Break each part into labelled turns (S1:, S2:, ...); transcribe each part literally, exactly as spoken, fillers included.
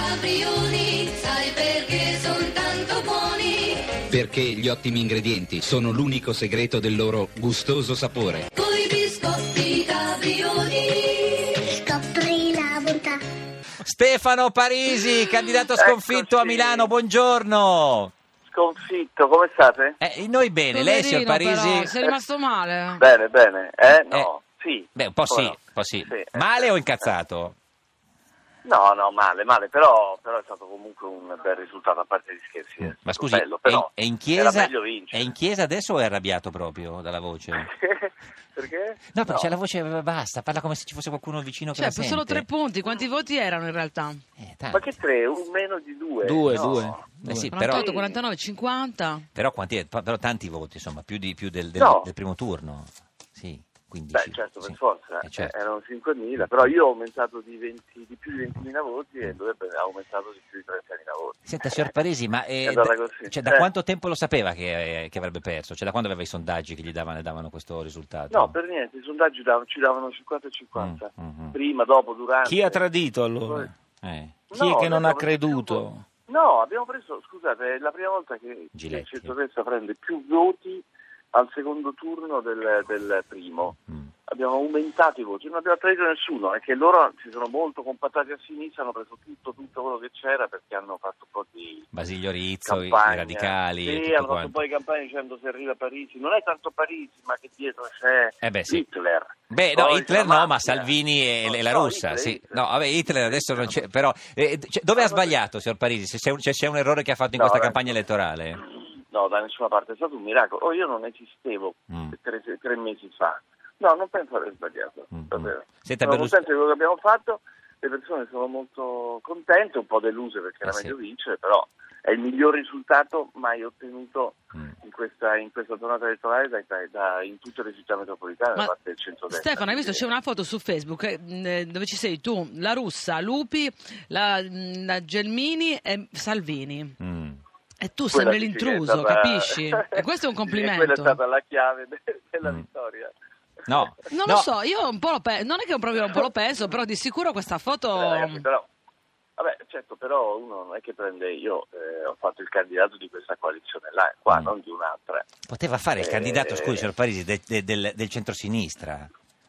S1: caprioli, sai perché sono tanto buoni?
S2: Perché gli ottimi ingredienti sono l'unico segreto del loro gustoso sapore.
S1: Coi biscotti caprioli,
S3: Scopri la bontà.
S4: Stefano Parisi, candidato sconfitto
S5: Eccoci.
S4: a Milano, buongiorno.
S5: Sconfitto, come state?
S4: Eh, noi bene, lei signor
S6: Poverino,
S4: Parisi?
S6: però, sei rimasto male.
S5: Bene, bene. Eh, no, sì.
S4: Beh, un po'
S5: Come
S4: sì,
S5: no?
S4: un po' sì.
S5: Sì, eh,
S4: Male o
S5: certo.
S4: incazzato?
S5: No, no, male, male, però, però è stato comunque un bel risultato, a parte gli scherzi. È
S4: Ma
S5: stato
S4: scusi,
S5: bello,
S4: è,
S5: però
S4: è in
S5: era
S4: chiesa,
S5: meglio
S4: è
S5: vincere.
S4: in chiesa adesso o è arrabbiato proprio dalla voce?
S5: Perché?
S4: No, perché c'è la voce, basta, parla come se ci fosse qualcuno vicino che
S6: Cioè,
S4: la sente.
S6: solo tre punti. Quanti voti erano in realtà?
S4: Eh, tanti.
S5: Ma che tre? Un meno di due?
S7: Due,
S5: No.
S7: due.
S4: Eh sì, però,
S6: quarantotto, quarantanove, cinquanta.
S4: però, quanti, è? però tanti voti, insomma, più, di, più del, del,
S5: No.
S4: del primo turno. Sì, quindici.
S5: Beh, certo, per
S4: sì.
S5: forza,
S4: Eh, certo.
S5: eh, erano cinquemila, però io ho aumentato di, venti, di più di ventimila voti e dovrebbe aver aumentato di più di trentamila voti.
S4: Senta, signor Parisi, ma eh,
S5: È andata
S4: da,
S5: così.
S4: cioè, da
S5: Eh.
S4: quanto tempo lo sapeva che, che avrebbe perso? Cioè, da quando aveva i sondaggi che gli davano, davano questo risultato?
S5: No, per niente, i sondaggi davano- ci davano cinquanta e cinquanta.
S4: Mm, mm, mm.
S5: Prima, dopo, durante.
S7: Chi ha tradito allora?
S4: Eh.
S7: Chi
S5: No,
S7: è che non
S5: noi
S7: ha
S5: abbiamo
S7: creduto?
S5: preso- No, abbiamo preso, scusate, è la prima volta che il
S4: Giletti.
S5: centrodestra prende più voti al secondo turno del, del primo.
S4: Mm.
S5: Abbiamo aumentato i voti, non abbiamo tradito nessuno, è che loro si sono molto compattati a sinistra, hanno preso tutto, tutto quello che c'era perché hanno fatto un po' di
S4: Basilio Rizzo, i, i
S5: campagna.
S4: radicali e
S5: Sì,
S4: tutto
S5: hanno fatto
S4: quanto.
S5: un po' di campagna dicendo se arriva Parisi. Non è tanto Parisi, ma che dietro c'è
S4: Eh beh, sì.
S5: Hitler.
S4: Beh, no,
S5: Poi
S4: Hitler
S5: c'è la
S4: no, ma
S5: mafia.
S4: Salvini e,
S5: No,
S4: e la
S5: no,
S4: russa,
S5: Hitler,
S4: sì.
S5: Hitler.
S4: No, vabbè, Hitler adesso non c'è, però eh, cioè, dove ha sbagliato, signor Parisi? Se c'è, un- se c'è un errore che ha fatto in
S5: No,
S4: questa
S5: ragazzi,
S4: campagna elettorale?
S5: No, da nessuna parte, è stato un miracolo. Oh, io non esistevo
S4: Mm.
S5: tre, tre mesi fa. No, non penso aver sbagliato,
S4: Mm,
S5: davvero.
S4: mm. Senta,
S5: Sono
S4: Berlus-
S5: contento di quello che abbiamo fatto, le persone sono molto contente, un po' deluse perché era
S4: Eh, sì.
S5: meglio vincere, però è il miglior risultato mai ottenuto
S4: Mm.
S5: in questa, in questa tornata elettorale da, da- da- in tutte le città metropolitane da
S6: Ma
S5: parte del centrodestra.
S6: Stefano, hai visto c'è una foto su Facebook eh, mh, dove ci sei tu, la Russa, Lupi, la, mh, la Gelmini e Salvini.
S4: Mm.
S6: E tu
S5: Quella
S6: sembri
S5: sì che è
S6: l'intruso,
S5: stata-
S6: capisci? E questo è un
S5: Sì,
S6: complimento.
S5: quella è stata la chiave de- della
S4: Mm.
S5: vittoria.
S4: No,
S6: Non
S4: no.
S6: lo so, io un po' lo pe- non è che proprio un po' lo penso, però di sicuro questa foto...
S5: Eh, ragazzi, però, vabbè, certo, però uno non è che prende, io eh, ho fatto il candidato di questa coalizione là, qua,
S4: Mm.
S5: non di un'altra.
S4: Poteva fare il
S5: Eh,
S4: candidato, scusi, signor Parisi, de- de- del, del centrosinistra.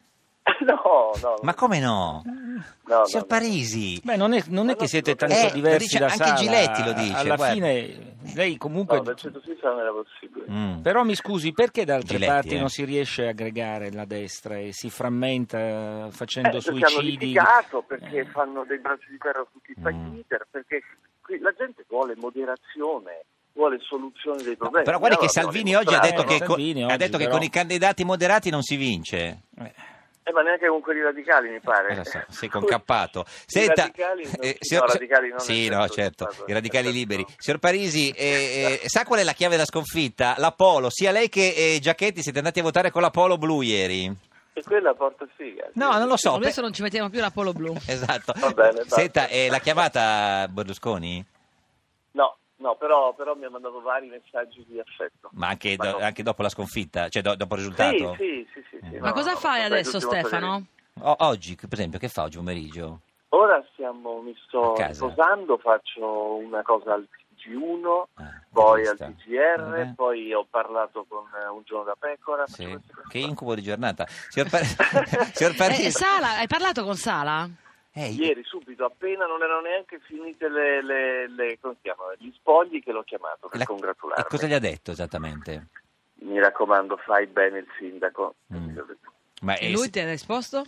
S5: No, no.
S4: Ma come no?
S5: no,
S4: Signor
S5: no,
S4: Parisi,
S7: Beh, non è, non è che siete tanto
S4: Eh,
S7: diversi
S4: dice-
S7: da
S4: anche
S7: Sala.
S4: Giletti lo dice,
S7: Alla
S4: guarda.
S7: fine, lei
S5: no,
S7: comunque...
S5: no, del centro-sinistra non era possibile.
S4: Mm.
S7: Però mi scusi, perché da altre
S4: Giletti,
S7: parti
S4: eh.
S7: non si riesce a aggregare la destra e si frammenta
S5: Eh,
S7: facendo
S5: perché hanno
S7: suicidi?
S5: litigato, perché
S7: Eh.
S5: fanno dei bracci di ferro su chi fa
S4: Mm.
S5: il leader, perché qui la gente vuole moderazione, vuole soluzioni dei problemi.
S4: però guardi
S5: Noi
S4: che
S5: abbiamo
S4: Salvini oggi ha detto,
S5: dimostrato.
S4: che, co-
S7: Salvini
S4: ha
S7: oggi,
S4: detto che
S7: però.
S4: con i candidati moderati non si vince.
S7: Eh.
S5: Eh, ma neanche con quelli radicali, mi pare.
S4: Eh, lo so, sì, con Cappato.
S5: I radicali non-
S4: eh,
S5: no,
S4: signor-
S5: radicali non
S4: sì,
S5: nel
S4: no,
S5: senso
S4: certo,
S5: passato.
S4: i radicali
S5: Certo.
S4: liberi. Signor Parisi, eh, eh, sa qual è la chiave della sconfitta? La Polo. Sia lei che eh, Giachetti siete andati a votare con la Polo blu ieri.
S5: E quella porta sfiga.
S4: No, non lo so.
S6: Adesso
S4: pe-
S6: non ci mettiamo più la polo blu.
S4: Esatto.
S5: Va bene, basta.
S4: Senta, eh, l'ha chiamata Berlusconi?
S5: No, no, però, però mi ha mandato vari messaggi di affetto.
S4: Ma anche,
S5: Ma
S4: do-
S5: no.
S4: anche dopo la sconfitta? Cioè do- dopo il risultato?
S5: Sì, sì, sì, sì, sì,
S6: Ma
S5: no,
S6: cosa
S5: no,
S6: fai
S5: no,
S6: adesso,
S5: tutti molto
S6: Stefano?
S5: carini.
S4: O- oggi, per esempio, che fa oggi pomeriggio?
S5: Ora stiamo, mi sto
S4: A casa?
S5: riposando, faccio una cosa al T G uno,
S4: Ah,
S5: poi al
S4: intervista.
S5: T G R,
S4: Vabbè.
S5: poi ho parlato con eh, Un Giorno da Pecora.
S4: Sì.
S5: faccio queste cose
S4: Che
S5: qua.
S4: incubo di giornata. Signor, Par- signor Parisi,
S6: Eh, Sala, hai parlato con Sala?
S4: eh,
S5: Ieri, subito, appena non erano neanche finite le, le, le- come si chiamano, gli spogli, che l'ho chiamato per
S4: la-
S5: congratularmi.
S4: e cosa gli ha detto esattamente?
S5: Mi raccomando, fai bene il sindaco.
S4: Mm. Ma
S6: E
S4: è-
S6: lui ti ha risposto?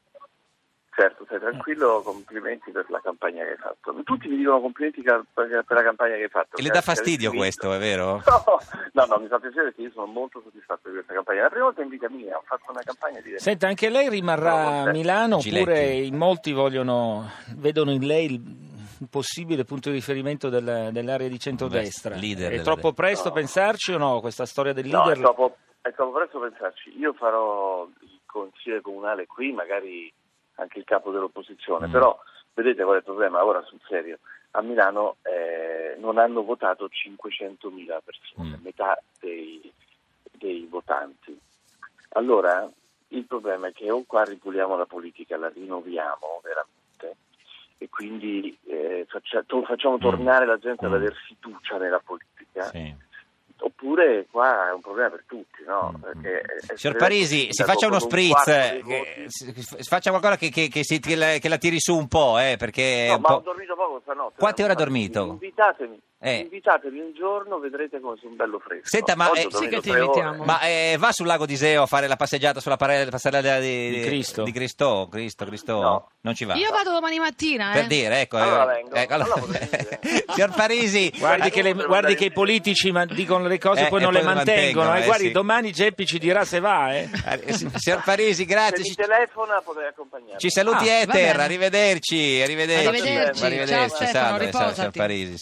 S5: Certo, stai tranquillo, complimenti per la campagna che hai fatto. Tutti mi dicono complimenti ca- per per la campagna che hai fatto.
S4: E le
S5: che-
S4: dà
S5: che avete
S4: fastidio
S5: vinto.
S4: questo, è vero?
S5: No, no, no, mi fa piacere perché io sono molto soddisfatto di questa campagna. La prima volta in vita mia ho fatto una campagna di...
S7: Senta, anche lei rimarrà a Milano
S4: Giletti.
S7: oppure in molti vogliono, vedono in lei il un possibile punto di riferimento del- dell'area di centrodestra?
S4: Beh, leader
S7: È
S4: della-
S7: troppo presto
S5: No.
S7: pensarci o no? Questa storia del
S5: No,
S7: leader?
S5: è troppo, è troppo presto pensarci. Io farò il consigliere comunale qui, magari anche il capo dell'opposizione,
S4: Mm.
S5: però vedete qual è il problema? Ora sul serio, a Milano eh, non hanno votato cinquecentomila persone,
S4: Mm.
S5: metà dei, dei votanti. Allora il problema è che o qua ripuliamo la politica, la rinnoviamo veramente, e quindi eh, faccia- to- facciamo tornare la gente ad
S4: Mm.
S5: aver fiducia nella politica.
S4: Sì.
S5: Oppure qua è un problema per tutti, no?
S4: Mm.
S5: Perché è-
S4: Signor
S5: è-
S4: Parisi, si faccia uno
S5: con un
S4: spritz,
S5: quarto
S4: eh,
S5: dei
S4: che-
S5: voti-
S4: si, si faccia qualcosa che, che- che si- che la, che la tiri su un po', eh, perché è
S5: No,
S4: un
S5: ma
S4: po'...
S5: ho dormito poco stanotte.
S4: Quante ore ha
S5: Ma
S4: dormito?
S5: Invitatemi,
S4: Eh.
S5: invitatemi un giorno, vedrete come sono bello fresco.
S4: Senta, ma-
S5: Oggi
S4: eh,
S5: ho
S6: sì
S5: dormito
S6: che ti
S5: tre ore.
S6: invitiamo.
S4: Ma eh, va sul lago di Iseo a fare la passeggiata sulla pare- passerella di,
S7: Di Cristo.
S4: Di Cristo, Cristo, Cristo.
S5: No.
S4: Non ci va.
S6: Io vado domani mattina,
S4: Per
S6: eh.
S4: dire, ecco.
S5: Allora
S4: eh,
S5: vengo.
S4: ecco, allora-
S5: Allora potete venire.
S4: Signor Parisi,
S7: Guardi,
S5: Eh,
S7: che, le-
S5: devo
S7: guardi
S5: andare
S7: che i
S5: in-
S7: politici ma- dicono le cose
S4: Eh,
S7: e poi
S4: e
S7: non
S4: poi
S7: le
S4: le
S7: mantengono.
S4: mantengono,
S7: eh,
S4: eh,
S7: guardi,
S4: sì.
S7: domani Geppi ci dirà se va. Eh.
S4: eh, signor Parisi,
S5: Se
S4: grazie.
S5: mi
S4: Ci,
S5: telefona potete accompagnarmi.
S4: ci saluti
S6: Ah, va
S4: Ether,
S6: bene.
S4: arrivederci, arrivederci.
S6: Arrivederci.
S4: Arrivederci,
S6: Ciao, Stefano,
S4: salve,
S6: riposati.
S4: signor Parisi.